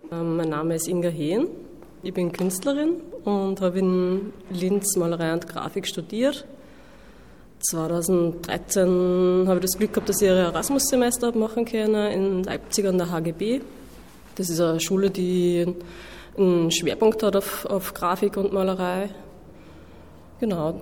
Mein Name ist Inga Hehn. Ich bin Künstlerin und habe in Linz Malerei und Grafik studiert. 2013 habe ich das Glück gehabt, dass ich ein Erasmus-Semester machen können in Leipzig an der HGB. Das ist eine Schule, die einen Schwerpunkt hat auf Grafik und Malerei. Genau,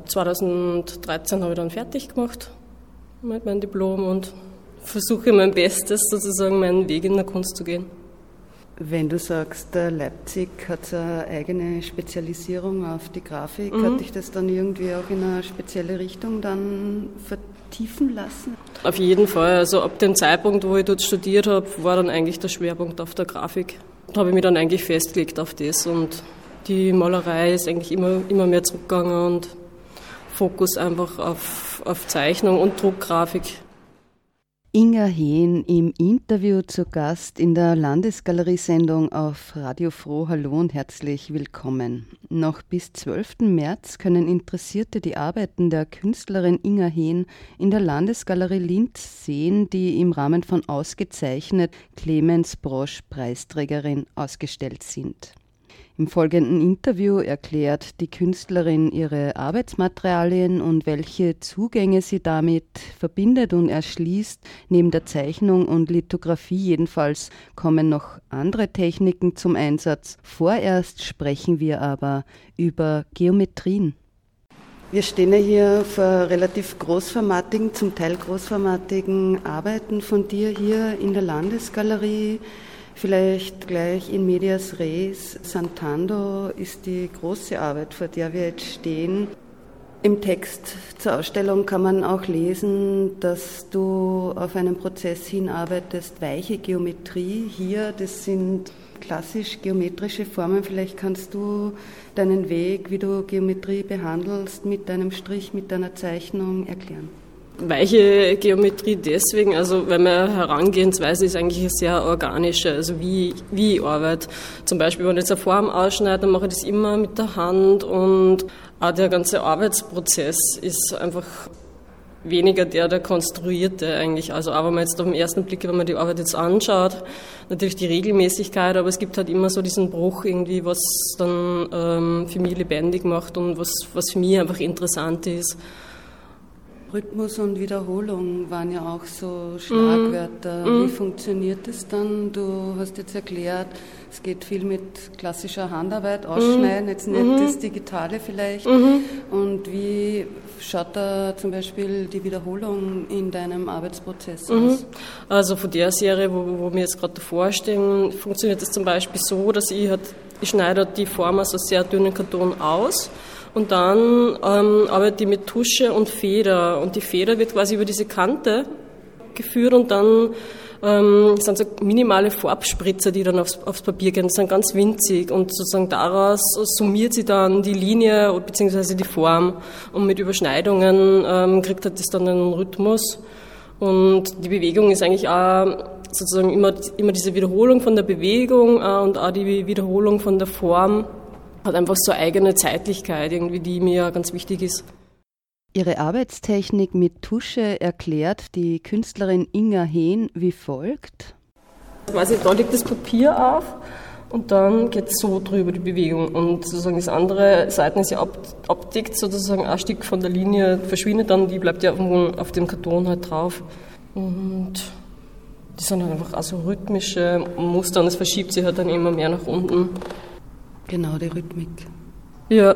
2013 habe ich dann fertig gemacht mit meinem Diplom und versuche mein Bestes, sozusagen meinen Weg in der Kunst zu gehen. Wenn du sagst, Leipzig hat eine eigene Spezialisierung auf die Grafik, hat dich das dann irgendwie auch in eine spezielle Richtung dann vertiefen lassen? Auf jeden Fall. Also ab dem Zeitpunkt, wo ich dort studiert habe, war dann eigentlich der Schwerpunkt auf der Grafik. Da habe ich mich dann eigentlich festgelegt auf das und die Malerei ist eigentlich immer mehr zurückgegangen und Fokus einfach auf Zeichnung und Druckgrafik. Inga Hehn im Interview zu Gast in der Landesgalerie-Sendung auf Radio Froh. Hallo und herzlich willkommen. Noch bis 12. März können Interessierte die Arbeiten der Künstlerin Inga Hehn in der Landesgalerie Linz sehen, die im Rahmen von Ausgezeichnet Clemens Brosch Preisträgerin ausgestellt sind. Im folgenden Interview erklärt die Künstlerin ihre Arbeitsmaterialien und welche Zugänge sie damit verbindet und erschließt. Neben der Zeichnung und Lithografie jedenfalls kommen noch andere Techniken zum Einsatz. Vorerst sprechen wir aber über Geometrien. Wir stehen ja hier vor relativ großformatigen, zum Teil großformatigen Arbeiten von dir hier in der Landesgalerie. Vielleicht gleich in medias res. Santando ist die große Arbeit, vor der wir jetzt stehen. Im Text zur Ausstellung kann man auch lesen, dass du auf einen Prozess hinarbeitest, weiche Geometrie. Hier, das sind klassisch geometrische Formen. Vielleicht kannst du deinen Weg, wie du Geometrie behandelst, mit deinem Strich, mit deiner Zeichnung erklären. Weiche Geometrie deswegen, also weil meine Herangehensweise ist eigentlich eine sehr organische, also wie ich arbeite. Zum Beispiel, wenn ich jetzt eine Form ausschneide, dann mache ich das immer mit der Hand und auch der ganze Arbeitsprozess ist einfach weniger der konstruierte eigentlich. Also auch wenn man jetzt auf den ersten Blick, wenn man die Arbeit jetzt anschaut, natürlich die Regelmäßigkeit, aber es gibt halt immer so diesen Bruch irgendwie, was dann für mich lebendig macht und was für mich einfach interessant ist. Rhythmus und Wiederholung waren ja auch so Schlagwörter. Wie funktioniert das dann? Du hast jetzt erklärt, es geht viel mit klassischer Handarbeit, Ausschneiden, jetzt nicht das Digitale vielleicht. Und wie schaut da zum Beispiel die Wiederholung in deinem Arbeitsprozess aus? Also von der Serie, wo wir jetzt gerade davor stehen, funktioniert das zum Beispiel so, dass ich schneide die Form aus sehr dünnen Karton aus. Und dann arbeite ich mit Tusche und Feder. Und die Feder wird quasi über diese Kante geführt und dann sind so minimale Farbspritzer, die dann aufs Papier gehen. Das sind ganz winzig und sozusagen daraus summiert sie dann die Linie bzw. die Form. Und mit Überschneidungen kriegt halt das dann einen Rhythmus. Und die Bewegung ist eigentlich auch sozusagen immer diese Wiederholung von der Bewegung und auch die Wiederholung von der Form. Hat einfach so eine eigene Zeitlichkeit, irgendwie, die mir ganz wichtig ist. Ihre Arbeitstechnik mit Tusche erklärt die Künstlerin Inga Hehn wie folgt. Quasi da liegt das Papier auf und dann geht es so drüber, die Bewegung. Und sozusagen das andere Seiten ist ja abdeckt, sozusagen ein Stück von der Linie verschwindet dann, die bleibt ja auf dem Karton halt drauf. Und die sind halt einfach auch so rhythmische Muster und es verschiebt sich halt dann immer mehr nach unten. Genau, die Rhythmik. Ja.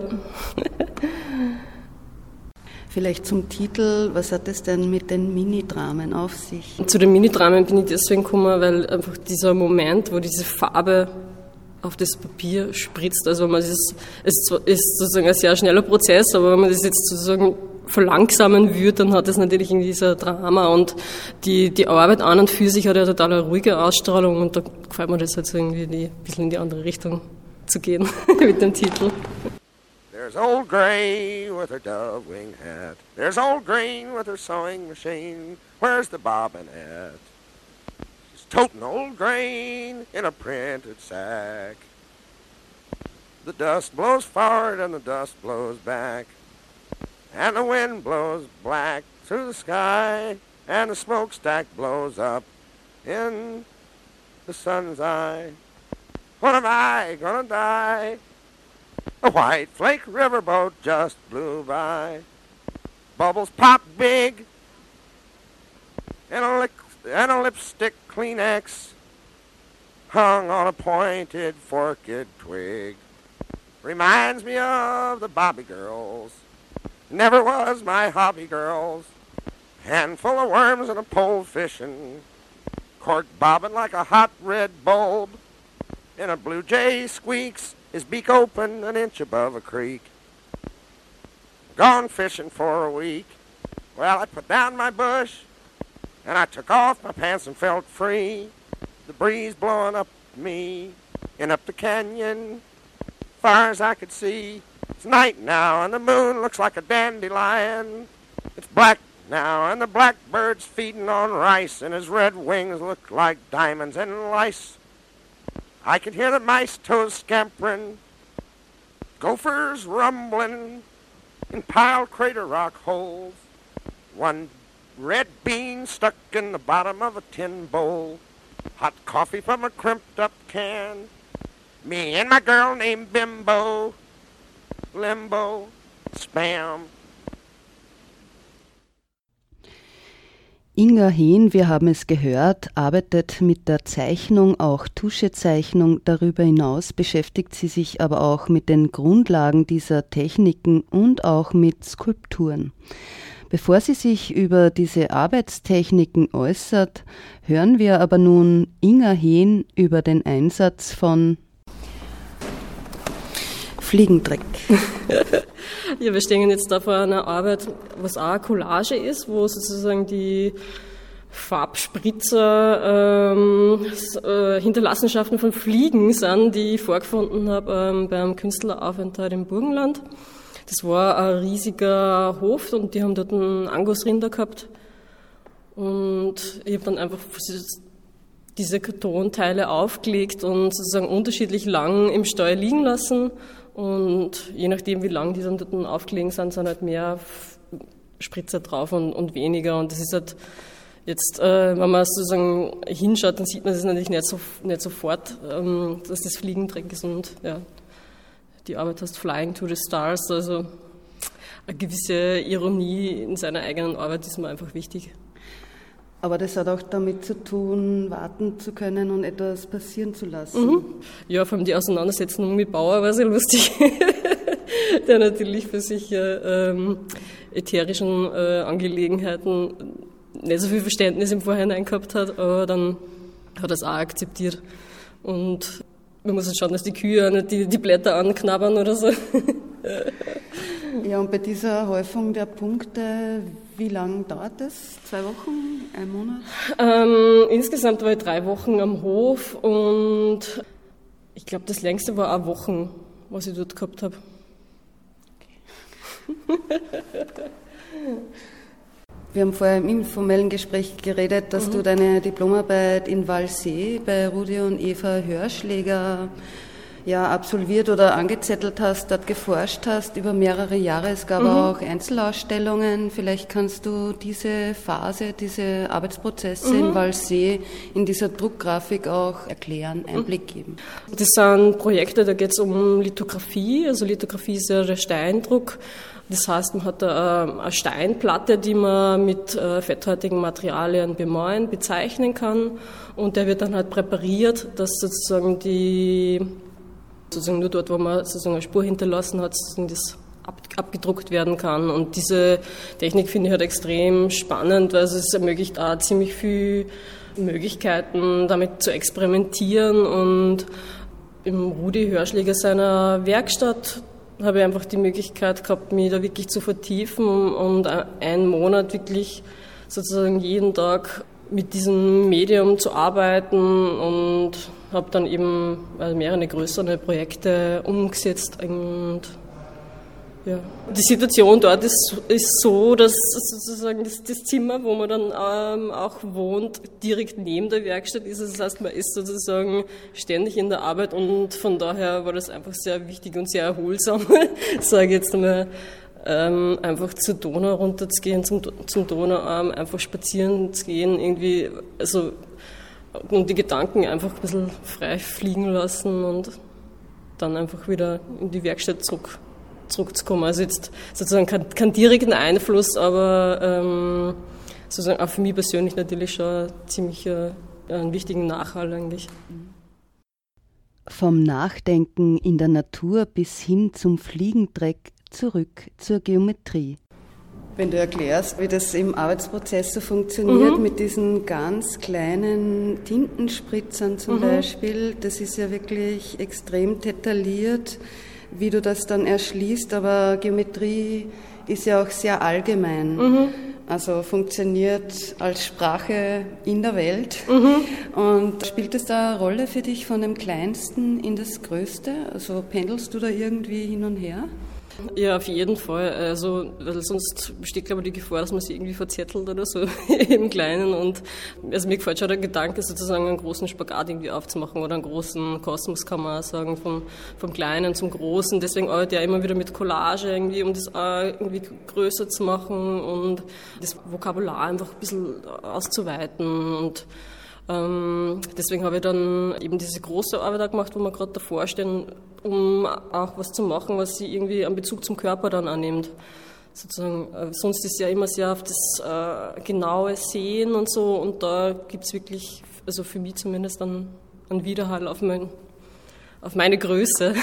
Vielleicht zum Titel, was hat es denn mit den Mini-Dramen auf sich? Zu den Mini-Dramen bin ich deswegen gekommen, weil einfach dieser Moment, wo diese Farbe auf das Papier spritzt, also wenn man ist sozusagen ein sehr schneller Prozess, aber wenn man das jetzt sozusagen verlangsamen würde, dann hat es natürlich in dieser Drama und die Arbeit an und für sich hat ja total eine ruhige Ausstrahlung und da gefällt mir das halt so irgendwie ein bisschen in die andere Richtung zu gehen mit dem Titel. There's old Gray with her dove-wing hat. There's old Green with her sewing machine. Where's the bobbin at? She's toting old Grain in a printed sack. The dust blows forward and the dust blows back. And the wind blows black through the sky. And the smokestack blows up in the sun's eye. When am I gonna die? A White Flake riverboat just blew by. Bubbles pop big, and a lipstick Kleenex hung on a pointed forked twig. Reminds me of the Bobby girls. Never was my hobby, girls. Handful of worms and a pole fishing. Cork bobbing like a hot red bulb. And a blue jay squeaks, his beak open an inch above a creek. Gone fishing for a week. Well, I put down my bush, and I took off my pants and felt free. The breeze blowing up me, and up the canyon, far as I could see. It's night now, and the moon looks like a dandelion. It's black now, and the blackbird's feeding on rice, and his red wings look like diamonds and lice. I could hear the mice toes scampering, gophers rumbling in piled crater rock holes. One red bean stuck in the bottom of a tin bowl. Hot coffee from a crimped up can. Me and my girl named Bimbo. Limbo. Spam. Inga Hehn, wir haben es gehört, arbeitet mit der Zeichnung, auch Tuschezeichnung. Darüber hinaus beschäftigt sie sich aber auch mit den Grundlagen dieser Techniken und auch mit Skulpturen. Bevor sie sich über diese Arbeitstechniken äußert, hören wir aber nun Inga Hehn über den Einsatz von Fliegendreck. Ja, wir stehen jetzt da vor einer Arbeit, was auch eine Collage ist, wo sozusagen die Farbspritzer Hinterlassenschaften von Fliegen sind, die ich vorgefunden habe beim Künstleraufenthalt im Burgenland. Das war ein riesiger Hof und die haben dort einen Angusrinder gehabt. Und ich habe dann einfach diese Kartonteile aufgelegt und sozusagen unterschiedlich lang im Stall liegen lassen. Und je nachdem, wie lang die dann dort aufgelegen sind halt mehr Spritzer drauf und weniger. Und das ist halt jetzt, wenn man sozusagen hinschaut, dann sieht man das natürlich nicht sofort, dass das Fliegendreck ist. Und ja, die Arbeit heißt Flying to the Stars. Also eine gewisse Ironie in seiner eigenen Arbeit ist mir einfach wichtig. Aber das hat auch damit zu tun, warten zu können und etwas passieren zu lassen. Ja, vor allem die Auseinandersetzung mit Bauer war sehr lustig. Der natürlich für sich ätherischen Angelegenheiten nicht so viel Verständnis im Vorhinein gehabt hat, aber dann hat er es auch akzeptiert. Und man muss halt schauen, dass die Kühe nicht die Blätter anknabbern oder so. Ja, und bei dieser Häufung der Punkte, wie lange dauert das? 2 Wochen? 1 Monat? Insgesamt war ich 3 Wochen am Hof und ich glaube, das längste war auch Wochen, was ich dort gehabt habe. Okay. Wir haben vorher im informellen Gespräch geredet, dass du deine Diplomarbeit in Walsee bei Rudi und Eva Hörschläger absolviert oder angezettelt hast, dort geforscht hast über mehrere Jahre. Es gab auch Einzelausstellungen. Vielleicht kannst du diese Phase, diese Arbeitsprozesse in Walsee in dieser Druckgrafik auch erklären, Einblick geben. Das sind Projekte, da geht es um Lithografie. Also Lithografie ist ja der Steindruck. Das heißt, man hat eine Steinplatte, die man mit fetthaltigen Materialien bemalen, bezeichnen kann. Und der wird dann halt präpariert, dass sozusagen nur dort, wo man sozusagen eine Spur hinterlassen hat, das abgedruckt werden kann. Und diese Technik finde ich halt extrem spannend, weil es ermöglicht auch ziemlich viele Möglichkeiten, damit zu experimentieren. Und im Rudi Hörschläger seiner Werkstatt habe ich einfach die Möglichkeit gehabt, mich da wirklich zu vertiefen und 1 Monat wirklich sozusagen jeden Tag mit diesem Medium zu arbeiten und habe dann eben mehrere größere Projekte umgesetzt. Und ja. Die Situation dort ist so, dass sozusagen das Zimmer, wo man dann auch wohnt, direkt neben der Werkstatt ist. Das heißt, man ist sozusagen ständig in der Arbeit und von daher war das einfach sehr wichtig und sehr erholsam, sage ich jetzt einmal, einfach zur Donau runterzugehen, zum Donauarm, einfach spazieren zu gehen, irgendwie, also und die Gedanken einfach ein bisschen frei fliegen lassen und dann einfach wieder in die Werkstatt zurückzukommen. Also jetzt sozusagen keinen direkten Einfluss, aber sozusagen auch für mich persönlich natürlich schon ziemlich einen wichtigen Nachhall eigentlich. Vom Nachdenken in der Natur bis hin zum Fliegendreck zurück zur Geometrie. Wenn du erklärst, wie das im Arbeitsprozess so funktioniert, mit diesen ganz kleinen Tintenspritzern zum Beispiel, das ist ja wirklich extrem detailliert, wie du das dann erschließt, aber Geometrie ist ja auch sehr allgemein. Also funktioniert als Sprache in der Welt. Und spielt es da eine Rolle für dich von dem Kleinsten in das Größte? Also pendelst du da irgendwie hin und her? Ja, auf jeden Fall. Also, weil sonst besteht, glaube ich, die Gefahr, dass man sich irgendwie verzettelt oder so im Kleinen. Und also mir gefällt schon der Gedanke, sozusagen einen großen Spagat irgendwie aufzumachen oder einen großen Kosmos, kann man auch sagen, vom Kleinen zum Großen. Deswegen arbeite ich ja immer wieder mit Collage irgendwie, um das auch irgendwie größer zu machen und das Vokabular einfach ein bisschen auszuweiten. Und deswegen habe ich dann eben diese große Arbeit auch gemacht, wo wir gerade davor stehen, um auch was zu machen, was sie irgendwie einen Bezug zum Körper dann annimmt. Sozusagen, sonst ist ja immer sehr auf das genaue Sehen und so, und da gibt es wirklich, also für mich zumindest, dann einen Widerhall auf meine Größe.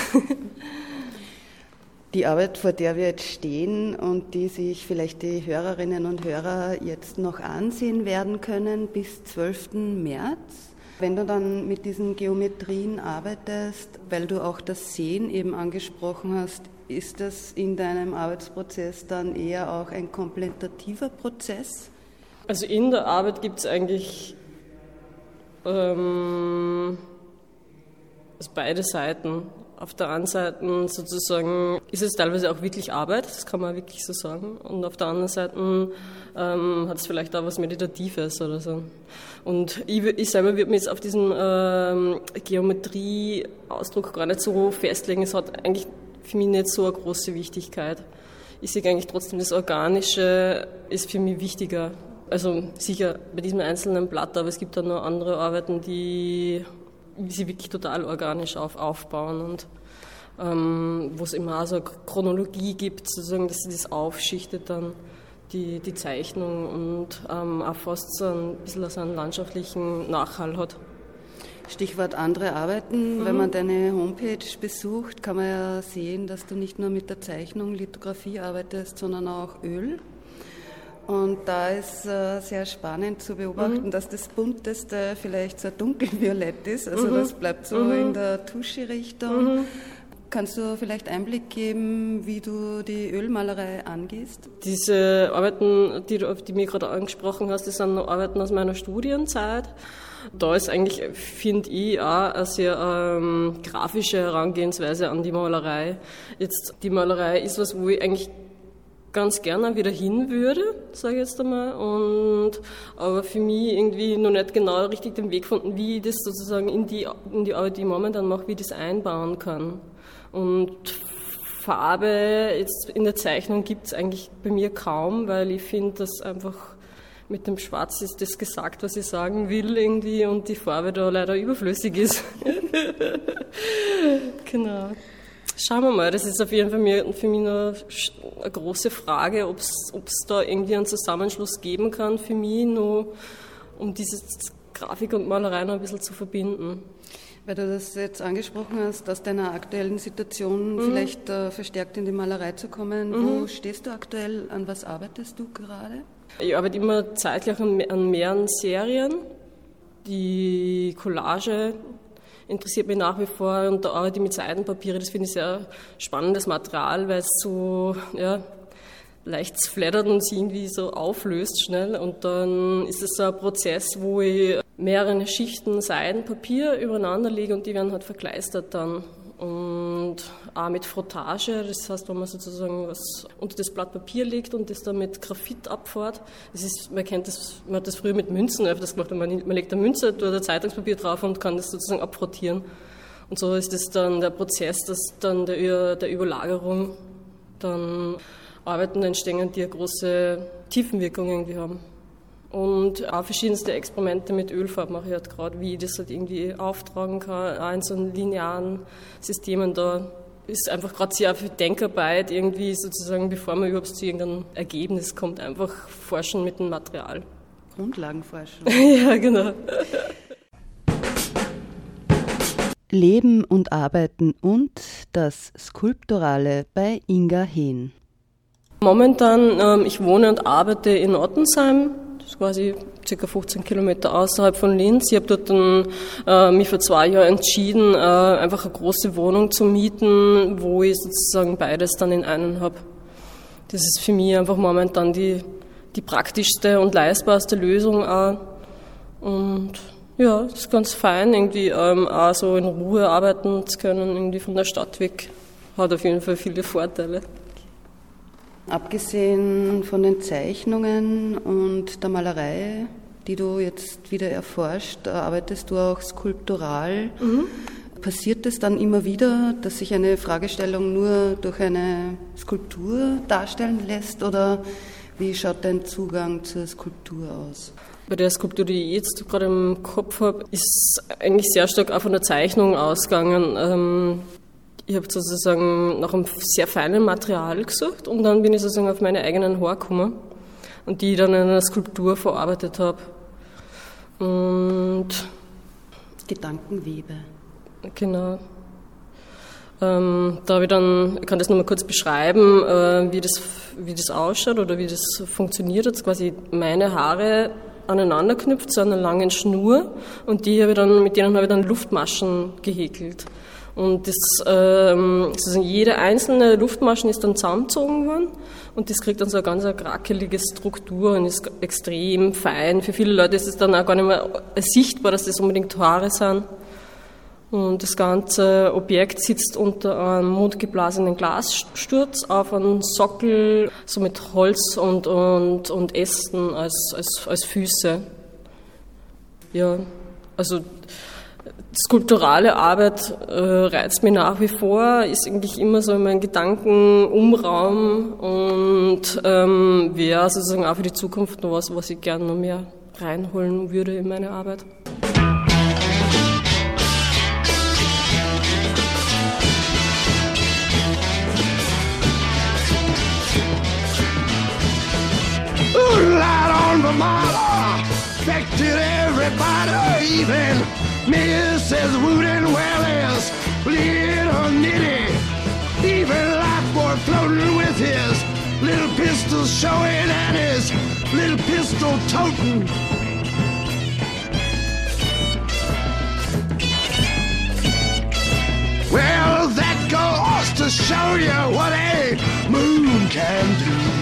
Die Arbeit, vor der wir jetzt stehen und die sich vielleicht die Hörerinnen und Hörer jetzt noch ansehen werden können bis 12. März. Wenn du dann mit diesen Geometrien arbeitest, weil du auch das Sehen eben angesprochen hast, ist das in deinem Arbeitsprozess dann eher auch ein komplementativer Prozess? Also in der Arbeit gibt es eigentlich also beide Seiten. Auf der einen Seite sozusagen ist es teilweise auch wirklich Arbeit, das kann man wirklich so sagen. Und auf der anderen Seite hat es vielleicht auch was Meditatives oder so. Und ich selber würde mich jetzt auf diesen Geometrie-Ausdruck gar nicht so festlegen. Es hat eigentlich für mich nicht so eine große Wichtigkeit. Ich sehe eigentlich trotzdem, das Organische ist für mich wichtiger. Also sicher bei diesem einzelnen Blatt, aber es gibt dann noch andere Arbeiten, die sie wirklich total organisch aufbauen und wo es immer auch so eine Chronologie gibt, sozusagen, dass sie das aufschichtet dann, die Zeichnung, und auch fast so ein bisschen so einen landschaftlichen Nachhall hat. Stichwort andere Arbeiten. Wenn man deine Homepage besucht, kann man ja sehen, dass du nicht nur mit der Zeichnung, Lithografie arbeitest, sondern auch Öl. Und da ist sehr spannend zu beobachten, dass das Bunteste vielleicht so dunkelviolett ist. Also das bleibt so in der Tusche-Richtung. Kannst du vielleicht Einblick geben, wie du die Ölmalerei angehst? Diese Arbeiten, auf die du mir gerade angesprochen hast, das sind noch Arbeiten aus meiner Studienzeit. Da ist eigentlich, finde ich, auch eine sehr grafische Herangehensweise an die Malerei. Jetzt, die Malerei ist was, wo ich eigentlich ganz gerne wieder hin würde, sage ich jetzt einmal, aber für mich irgendwie noch nicht genau richtig den Weg gefunden, wie ich das sozusagen in die Arbeit, die ich momentan mache, wie ich das einbauen kann. Und Farbe jetzt in der Zeichnung gibt es eigentlich bei mir kaum, weil ich finde, dass einfach mit dem Schwarz ist das gesagt, was ich sagen will irgendwie, und die Farbe da leider überflüssig ist. Genau. Schauen wir mal, das ist auf jeden Fall für mich noch eine große Frage, ob es da irgendwie einen Zusammenschluss geben kann für mich, nur um diese Grafik und Malerei noch ein bisschen zu verbinden. Weil du das jetzt angesprochen hast, aus deiner aktuellen Situation vielleicht verstärkt in die Malerei zu kommen. Wo stehst du aktuell, an was arbeitest du gerade? Ich arbeite immer zeitgleich an mehreren Serien. Die Collage interessiert mich nach wie vor, und da arbeite ich mit Seidenpapiere. Das finde ich sehr spannendes Material, weil es so leicht flattert und sich irgendwie so auflöst schnell. Und dann ist es so ein Prozess, wo ich mehrere Schichten Seidenpapier übereinander lege und die werden halt verkleistert dann. Und auch mit Frottage, das heißt, wenn man sozusagen was unter das Blatt Papier legt und das dann mit Graphit abfährt. Man hat das früher mit Münzen öfters gemacht, man legt eine Münze oder Zeitungspapier drauf und kann das sozusagen abfrottieren. Und so ist das dann der Prozess, dass dann der Überlagerung dann Arbeiten entstehen, die eine große Tiefenwirkung irgendwie haben. Und auch verschiedenste Experimente mit Ölfarben mache ich halt gerade, wie ich das halt irgendwie auftragen kann, auch in so einem linearen Systemen. Da ist einfach gerade sehr viel Denkarbeit irgendwie sozusagen, bevor man überhaupt zu irgendeinem Ergebnis kommt, einfach forschen mit dem Material. Grundlagenforschung. Ja, genau. Leben und Arbeiten und das Skulpturale bei Inga Hehn. Momentan, ich wohne und arbeite in Ottensheim, das ist quasi ca. 15 Kilometer außerhalb von Linz. Ich habe dort dann, mich vor 2 Jahren entschieden, einfach eine große Wohnung zu mieten, wo ich sozusagen beides dann in einen habe. Das ist für mich einfach momentan die praktischste und leistbarste Lösung auch. Und ja, das ist ganz fein, irgendwie auch so in Ruhe arbeiten zu können, irgendwie von der Stadt weg. Hat auf jeden Fall viele Vorteile. Abgesehen von den Zeichnungen und der Malerei, die du jetzt wieder erforscht, arbeitest du auch skulptural. Passiert es dann immer wieder, dass sich eine Fragestellung nur durch eine Skulptur darstellen lässt, oder wie schaut dein Zugang zur Skulptur aus? Bei der Skulptur, die ich jetzt gerade im Kopf habe, ist eigentlich sehr stark auch von der Zeichnung ausgegangen. Ich habe sozusagen nach einem sehr feinen Material gesucht und dann bin ich sozusagen auf meine eigenen Haare gekommen und die dann in einer Skulptur verarbeitet habe. Und Gedankenwebe. Genau. Da habe ich dann, ich kann das nochmal kurz beschreiben, wie das ausschaut oder wie das funktioniert. Jetzt quasi meine Haare aneinander knüpft zu einer langen Schnur und mit denen habe ich dann Luftmaschen gehäkelt. Und sozusagen jede einzelne Luftmaschen ist dann zusammengezogen worden und das kriegt dann so eine ganz krakelige Struktur und ist extrem fein. Für viele Leute ist es dann auch gar nicht mehr sichtbar, dass das unbedingt Haare sind. Und das ganze Objekt sitzt unter einem mundgeblasenen Glassturz auf einem Sockel, so mit Holz und Ästen als Füße. Ja, also skulpturale Arbeit reizt mich nach wie vor, ist eigentlich immer so in meinen Gedanken Umraum und wäre sozusagen auch für die Zukunft noch was ich gerne noch mehr reinholen würde in meine Arbeit. Light on Vermont affected everybody, even Mrs. Wooden Welles, little Nitty, even Lifeboy floating with his little pistol showing and his little pistol toting. Well, that goes to show you what a moon can do.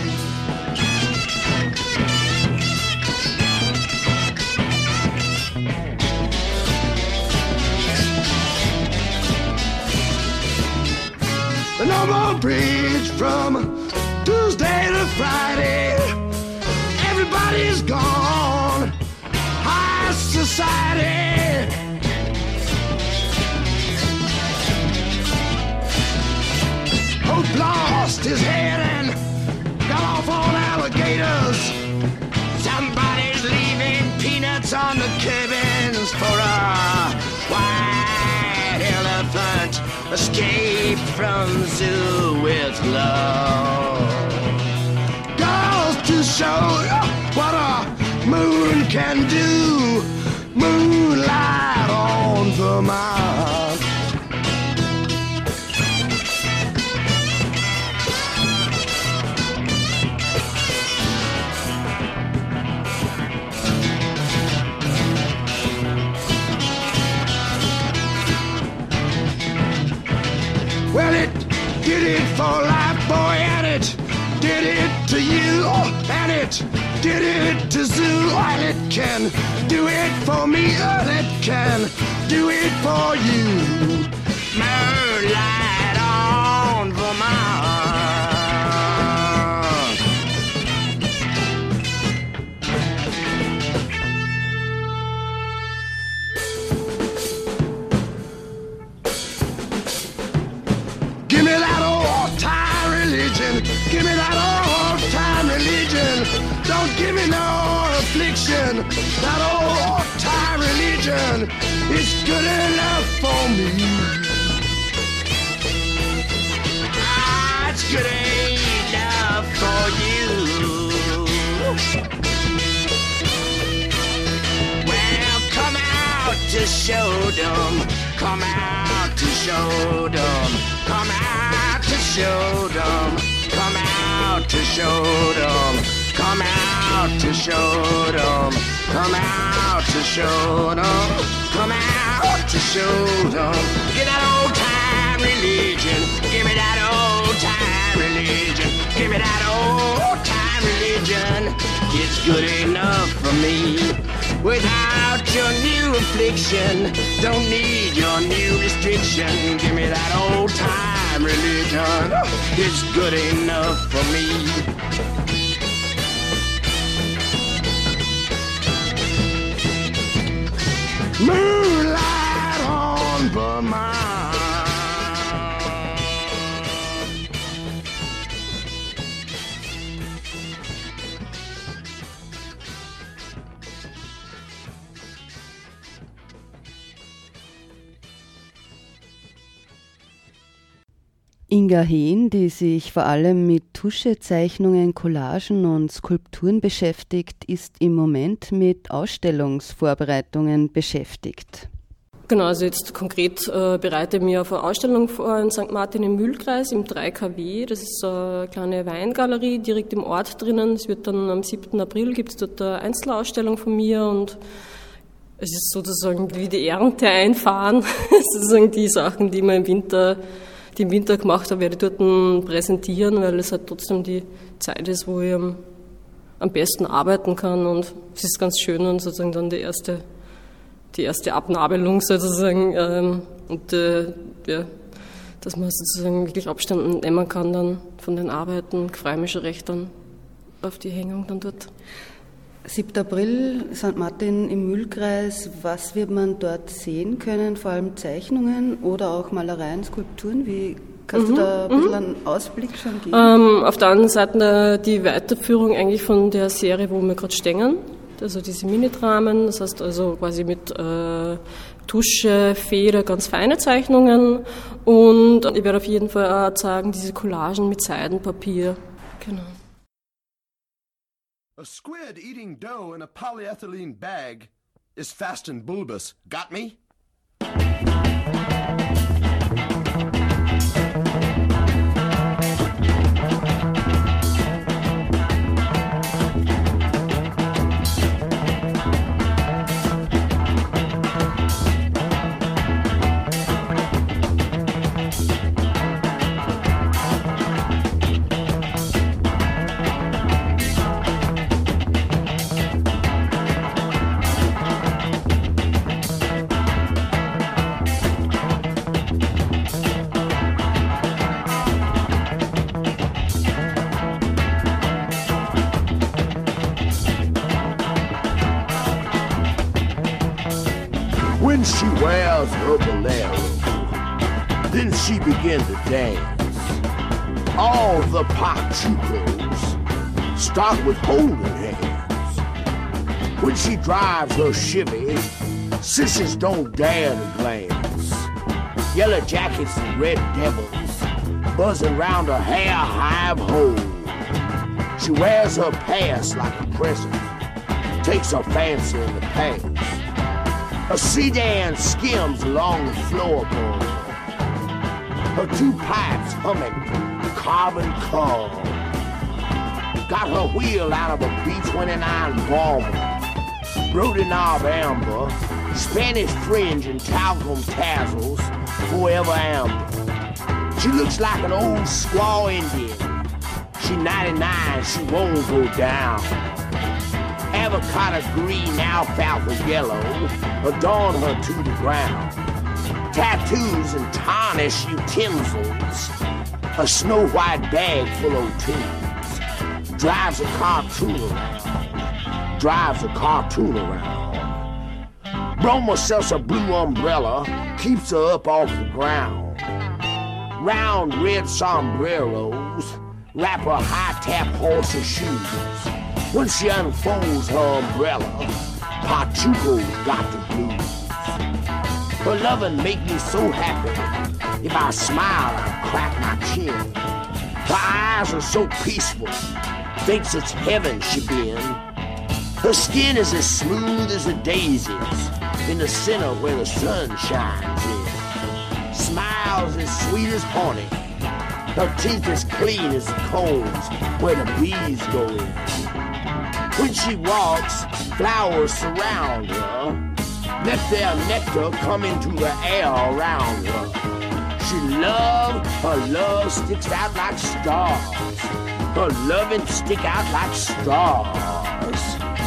No more bridge from Tuesday to Friday. Everybody's gone. High society. Hope lost his head and got off on alligators. Somebody's leaving peanuts on the cabins for a white elephant. Escape from zoo with love. Goes to show what a moon can do. Moonlight on Vermont. Well, it did it for Lifeboy, and it did it to you, and it did it to Zoo, and it can do it for me, and it can do it for you. Moonlight on Vermont. Give me that old-time religion. Give me that old-time religion. Don't give me no affliction. affliction. That old time religion is good enough for me. Ah, it's good enough for you. Well, come out to Showdom. Come out to Showdom. Come out to Showdom. Come out to Showdom. Come out to Showdom. Come out to Showdom. Come out to Showdom. Get that old time religion. Give me that old time religion. Give me that old time religion. It's good enough for me. Without your new affliction, don't need your new restriction. Give me that old time religion. It's good enough for me. Moonlight on Vermont. Inga Hehn, die sich vor allem mit Tuschezeichnungen, Collagen und Skulpturen beschäftigt, ist im Moment mit Ausstellungsvorbereitungen beschäftigt. Genau, also jetzt konkret bereite ich mich auf eine Ausstellung vor in St. Martin im Mühlkreis im 3KW. Das ist so eine kleine Weingalerie direkt im Ort drinnen. Es wird dann am 7. April, gibt es dort eine Einzelausstellung von mir und es ist sozusagen wie die Ernte einfahren. Sozusagen die Sachen, die man im Winter gemacht habe, werde ich dort präsentieren, weil es halt trotzdem die Zeit ist, wo ich am besten arbeiten kann und es ist ganz schön und sozusagen dann die erste Abnabelung sozusagen dass man sozusagen wirklich Abstand nehmen kann dann von den Arbeiten. Ich freue mich schon recht dann auf die Hängung dann dort. 7. April, St. Martin im Mühlkreis. Was wird man dort sehen können? Vor allem Zeichnungen oder auch Malereien, Skulpturen? Wie kannst du da ein bisschen einen Ausblick schon geben? Auf der anderen Seite die Weiterführung eigentlich von der Serie, wo wir gerade stehen. Also diese Mini-Dramen, das heißt also quasi mit Tusche, Feder, ganz feine Zeichnungen. Und ich werde auf jeden Fall auch zeigen, diese Collagen mit Seidenpapier. Genau. A squid eating dough in a polyethylene bag is fast and bulbous. Got me? When she wears her bolero, then she begins to dance. All the pachucos start with holding hands. When she drives her Chevy, sissies don't dare to glance. Yellow jackets and red devils buzzing round her hair hive hole. She wears her past like a present, takes her fancy in the past. A sedan skims along the floorboard, her two pipes humming carbon cob. Got her wheel out of a B-29 bomber, Brody knob amber, Spanish fringe and talcum tassels, forever amber. She looks like an old squaw Indian. She 99, she won't go down. Avocado green, alfalfa yellow adorn her to the ground. Tattoos and tarnished utensils, a snow white bag full of tunes. Drives a cartoon around. Broma sells a blue umbrella, keeps her up off the ground. Round red sombreros wrap her high-top horse's shoes. When she unfolds her umbrella, Pachuco's got the blues. Her lovin' make me so happy. If I smile, I crack my chin. Her eyes are so peaceful, thinks it's heaven she been. Her skin is as smooth as the daisies in the center where the sun shines in. Smiles as sweet as honey. Her teeth as clean as the combs where the bees go in. When she walks, flowers surround her. Let their nectar come into the air around her. Her love sticks out like stars. Her loving stick out like stars.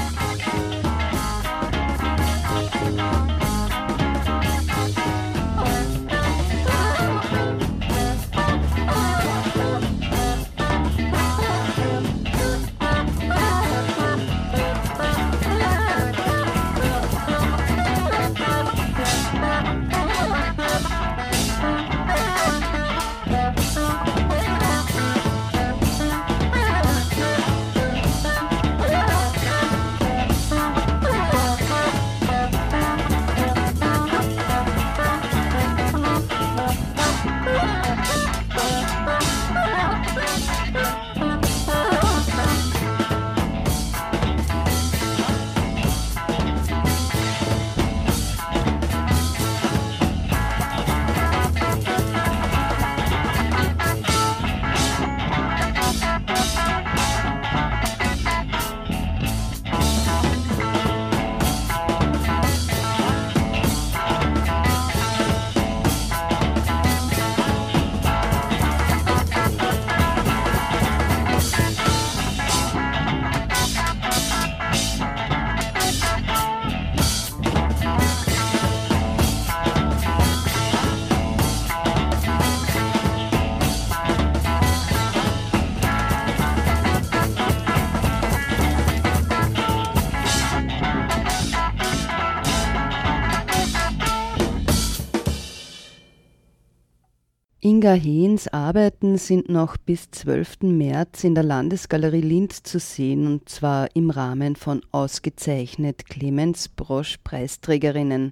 Inga Heens Arbeiten sind noch bis 12. März in der Landesgalerie Linz zu sehen, und zwar im Rahmen von ausgezeichnet Clemens Brosch Preisträgerinnen.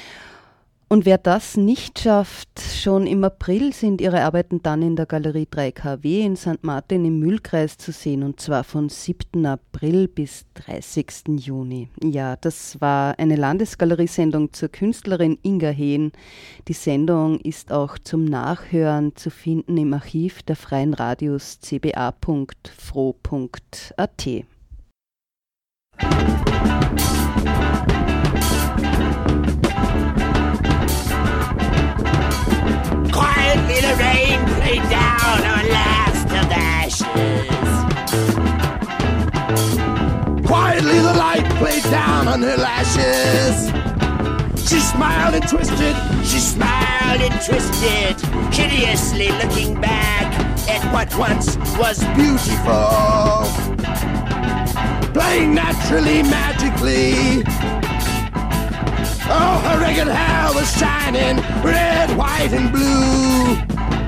Und wer das nicht schafft, schon im April sind ihre Arbeiten dann in der Galerie 3KW in St. Martin im Mühlkreis zu sehen, und zwar von 7. April bis 30. Juni. Ja, das war eine Landesgalerie-Sendung zur Künstlerin Inga Heen. Die Sendung ist auch zum Nachhören zu finden im Archiv der Freien Radios cba.fro.at. Quietly the rain played down our last of the ashes. Quietly the light played down on her lashes. She smiled and twisted, hideously looking back at what once was beautiful. Playing naturally, magically. Oh, her ragged hair was shining, red, white, and blue.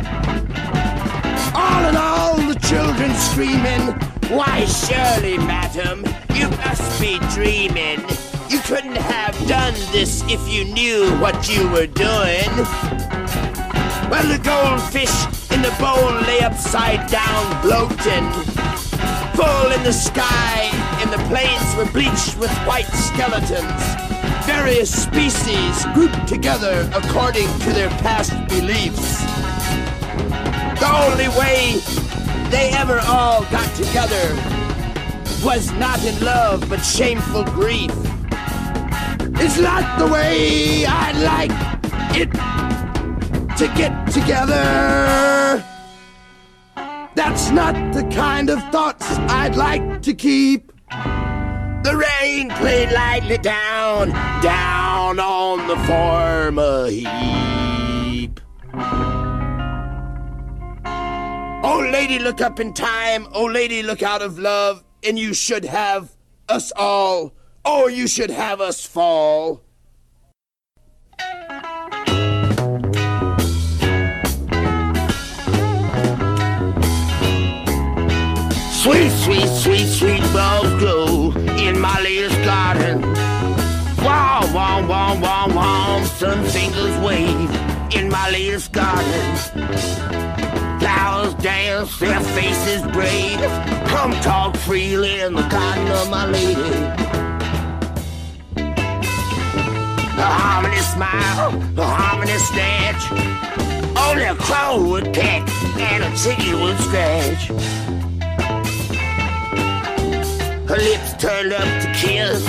All in all, the children screaming, "Why, surely, madam, you must be dreaming. You couldn't have done this if you knew what you were doing." Well, the goldfish in the bowl lay upside down, bloating. Full in the sky, and the plains were bleached with white skeletons. Various species grouped together according to their past beliefs. The only way they ever all got together was not in love but shameful grief. It's not the way I'd like it to get together. That's not the kind of thoughts I'd like to keep. The rain played lightly down, down on the former heap. Oh, lady, look up in time. Oh, lady, look out of love. And you should have us all. Or you should have us fall. Sweet, sweet, sweet, sweet balls glow. sun fingers wave in my latest garden. Flowers dance, their faces brave. Come talk freely in the garden of my lady. A harmony smile, a harmony snatch. Only a crow would peck and a chicken would scratch. Her lips turned up to kiss.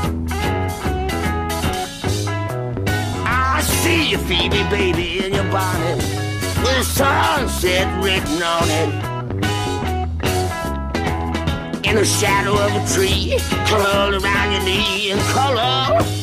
I see you, Phoebe, baby, in your bonnet, with the sunset written on it. In the shadow of a tree, curled around your knee in color.